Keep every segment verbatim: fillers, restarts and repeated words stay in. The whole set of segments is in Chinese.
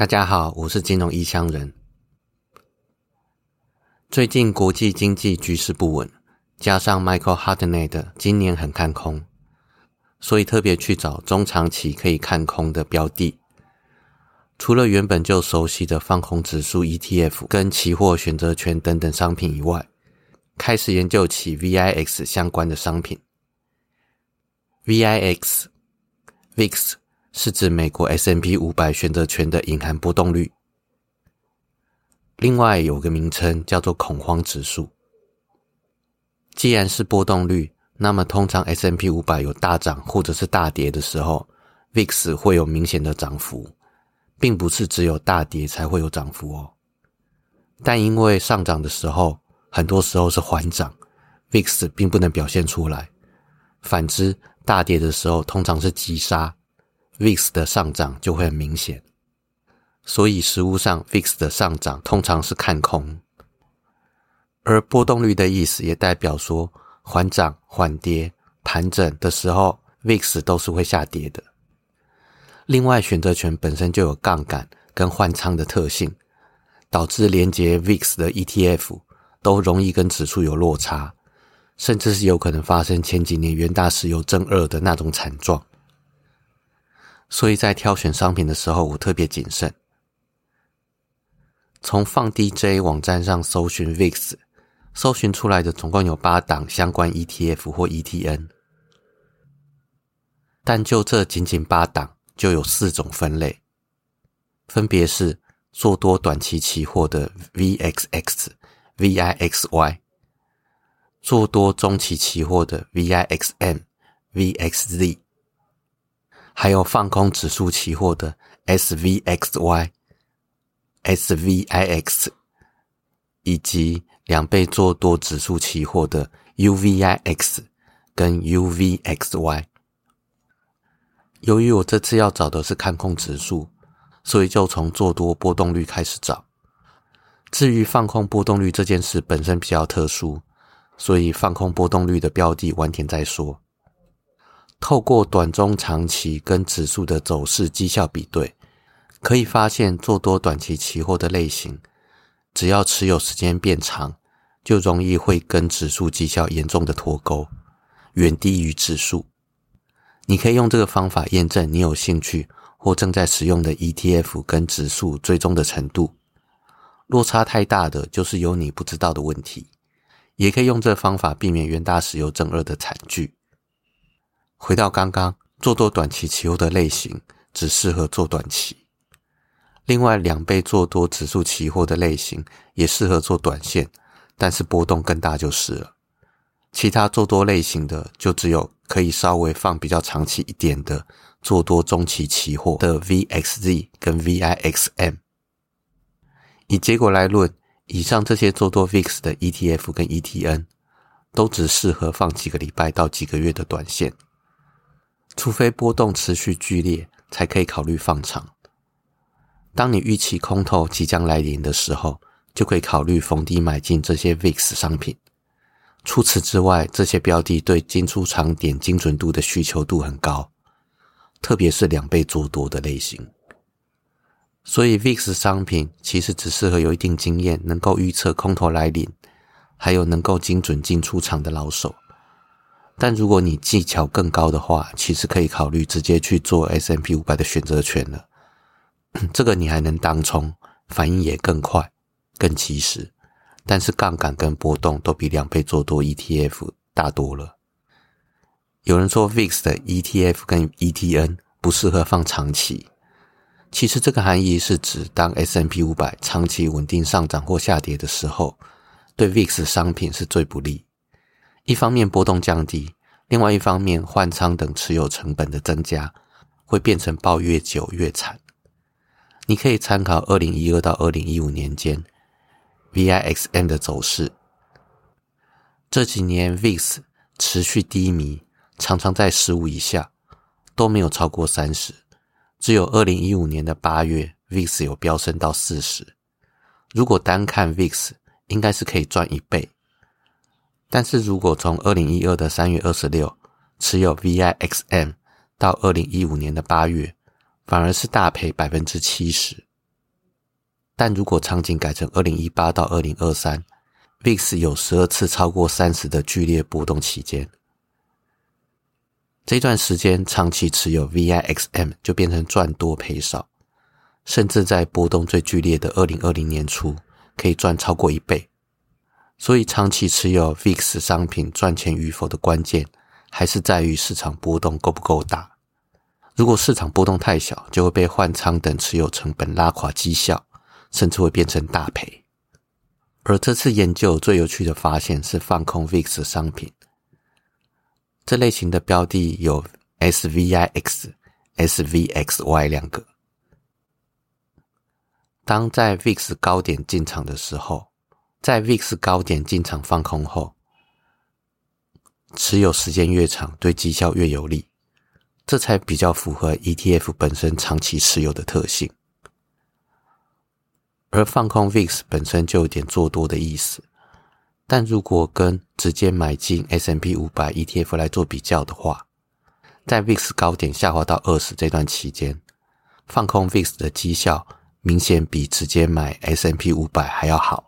大家好，我是金融异乡人。最近国际经济局势不稳，加上 Michael Hartnett 今年很看空，所以特别去找中长期可以看空的标的。除了原本就熟悉的放空指数 E T F 跟期货选择权等等商品以外，开始研究起 V I X 相关的商品。V I X V I X 是指美国 S and P 五百 选择权的隐含波动率，另外有个名称叫做恐慌指数。既然是波动率，那么通常 S and P 五百 有大涨或者是大跌的时候， V I X 会有明显的涨幅，并不是只有大跌才会有涨幅哦。但因为上涨的时候很多时候是缓涨， V I X 并不能表现出来，反之大跌的时候通常是急杀， V I X 的上涨就会很明显。所以实务上 V I X 的上涨通常是看空，而波动率的意思也代表说缓涨、缓跌、盘整的时候 V I X 都是会下跌的。另外选择权本身就有杠杆跟换仓的特性，导致连结 V I X 的 E T F 都容易跟指数有落差，甚至是有可能发生前几年元大石油正二的那种惨状。所以在挑选商品的时候我特别谨慎。从放 D J 网站上搜寻 V I X， 搜寻出来的总共有八档相关 E T F 或 E T N， 但就这仅仅八档就有四种分类，分别是做多短期期货的 V X X、V I X Y， 做多中期期货的 V I X M、V X Z， 还有放空指数期货的 S V X Y、S V I X， 以及两倍做多指数期货的 U V I X 跟 U V X Y。 由于我这次要找的是看空指数，所以就从做多波动率开始找。至于放空波动率这件事本身比较特殊，所以放空波动率的标的晚点再说。透过短中长期跟指数的走势绩效比对，可以发现做多短期期货的类型，只要持有时间变长，就容易会跟指数绩效严重的脱钩，远低于指数。你可以用这个方法验证你有兴趣或正在使用的 E T F 跟指数追踪的程度，落差太大的就是有你不知道的问题。也可以用这方法避免元大石油正二的惨剧。回到刚刚，做多短期期货的类型只适合做短期，另外两倍做多指数期货的类型也适合做短线，但是波动更大就是了。其他做多类型的就只有可以稍微放比较长期一点的做多中期期货的 V X Z 跟 V I X M。 以结果来论，以上这些做多 V I X 的 E T F 跟 E T N 都只适合放几个礼拜到几个月的短线，除非波动持续剧烈才可以考虑放长。当你预期空头即将来临的时候，就可以考虑逢低买进这些 V I X 商品。除此之外，这些标的对进出场点精准度的需求度很高，特别是两倍做多的类型。所以 V I X 商品其实只适合有一定经验，能够预测空头来临，还有能够精准进出场的老手。但如果你技巧更高的话，其实可以考虑直接去做 S and P 五百 的选择权了。这个你还能当冲，反应也更快更及时，但是杠杆跟波动都比两倍做多 E T F 大多了。有人说 V I X 的 E T F 跟 E T N 不适合放长期，其实这个含义是指当 S and P 五百 长期稳定上涨或下跌的时候，对 V I X 商品是最不利。一方面波动降低，另外一方面换仓等持有成本的增加，会变成抱越久越惨。你可以参考二零一二到二零一五年间 V I X M 的走势。这几年 V I X 持续低迷，常常在十五以下，都没有超过三十，只有二零一五年的八月 V I X 有飙升到四十。如果单看 V I X 应该是可以赚一倍，但是如果从二零一二的三月二十六持有 V I X M 到二零一五年的八月，反而是大赔 百分之七十。 但如果场景改成二零一八到二零二三 V I X 有十二次超过三十的剧烈波动期间，这段时间长期持有 V I X M 就变成赚多赔少，甚至在波动最剧烈的二零二零年初可以赚超过一倍。所以长期持有 V I X 商品赚钱与否的关键还是在于市场波动够不够大。如果市场波动太小，就会被换仓等持有成本拉垮绩效，甚至会变成大赔。而这次研究最有趣的发现是放空 V I X 商品。这类型的标的有 S V I X、S V X Y 两个。当在 V I X 高点进场的时候，在 V I X 高点进场放空后，持有时间越长，对绩效越有利，这才比较符合 E T F 本身长期持有的特性。而放空 V I X 本身就有点做多的意思，但如果跟直接买进 S and P 五百 E T F 来做比较的话，在 V I X 高点下滑到二十这段期间，放空 V I X 的绩效明显比直接买 S and P 五百 还要好。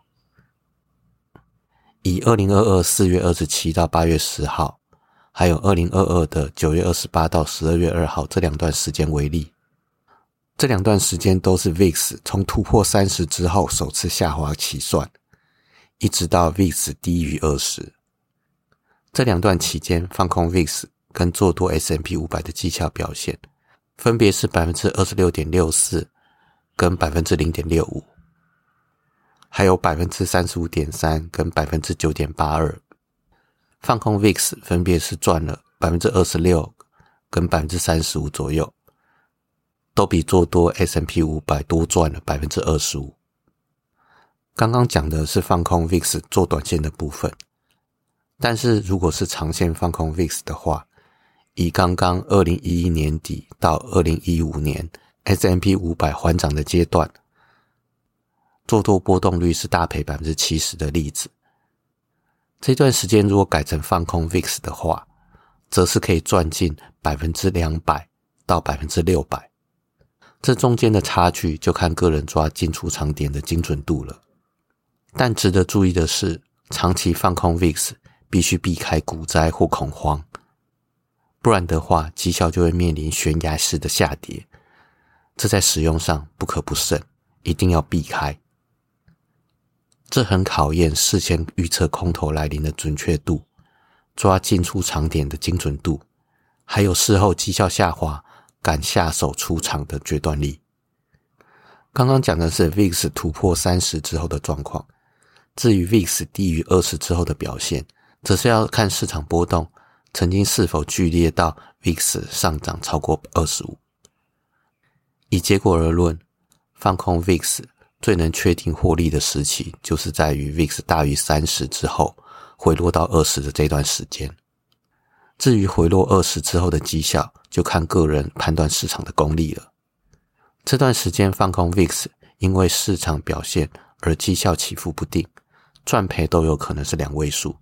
以二零二二四月二十七到八月十号，还有二零二二的九月二十八到十二月二号这两段时间为例，这两段时间都是 V I X 从突破三十之后首次下滑起算，一直到 V I X 低于二十。这两段期间放空 V I X 跟做多 S and P 五百 的绩效表现分别是 百分之二十六点六四 跟 百分之零点六五， 还有 百分之三十五点三 跟 百分之九点八二。 放空 V I X 分别是赚了 百分之二十六 跟 百分之三十五 左右，都比做多 S and P 五百 多赚了 百分之二十五。 刚刚讲的是放空 V I X 做短线的部分，但是如果是长线放空 V I X 的话，以刚刚二零一一年底到二零一五年 S and P 五百 缓涨的阶段，做多波动率是大赔 百分之七十 的例子。这段时间如果改成放空 V I X 的话，则是可以赚进 百分之两百 到 百分之六百。这中间的差距就看个人抓进出场点的精准度了。但值得注意的是，长期放空 V I X 必须避开股灾或恐慌，不然的话绩效就会面临悬崖式的下跌，这在使用上不可不慎，一定要避开。这很考验事先预测空头来临的准确度，抓进出场点的精准度，还有事后绩效下滑敢下手出场的决断力。刚刚讲的是 V I X 突破三十之后的状况，至于 V I X 低于二十之后的表现，则是要看市场波动曾经是否剧烈到 V I X 上涨超过二十五。以结果而论，放空 V I X 最能确定获利的时期，就是在于 V I X 大于三十之后回落到二十的这段时间。至于回落二十之后的绩效，就看个人判断市场的功力了。这段时间放空 V I X 因为市场表现而绩效起伏不定，赚赔都有可能是两位数。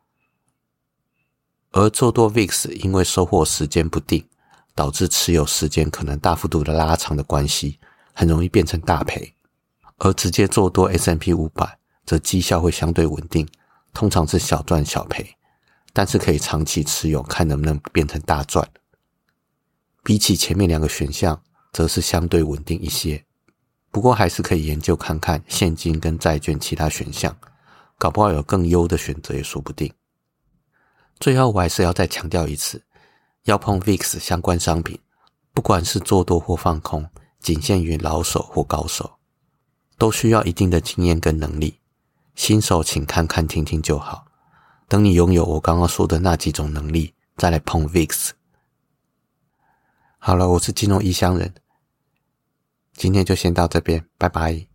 而做多 V I X 因为收获时间不定，导致持有时间可能大幅度的拉长的关系，很容易变成大赔。而直接做多 S and P 五百 则绩效会相对稳定，通常是小赚小赔，但是可以长期持有，看能不能变成大赚。比起前面两个选项则是相对稳定一些，不过还是可以研究看看现金跟债券其他选项，搞不好有更优的选择也说不定。最后我还是要再强调一次，要碰 V I X 相关商品，不管是做多或放空，仅限于老手或高手，都需要一定的经验跟能力，新手请看看听听就好，等你拥有我刚刚说的那几种能力，再来碰 V I X。 好了，我是金融异乡人，今天就先到这边，拜拜。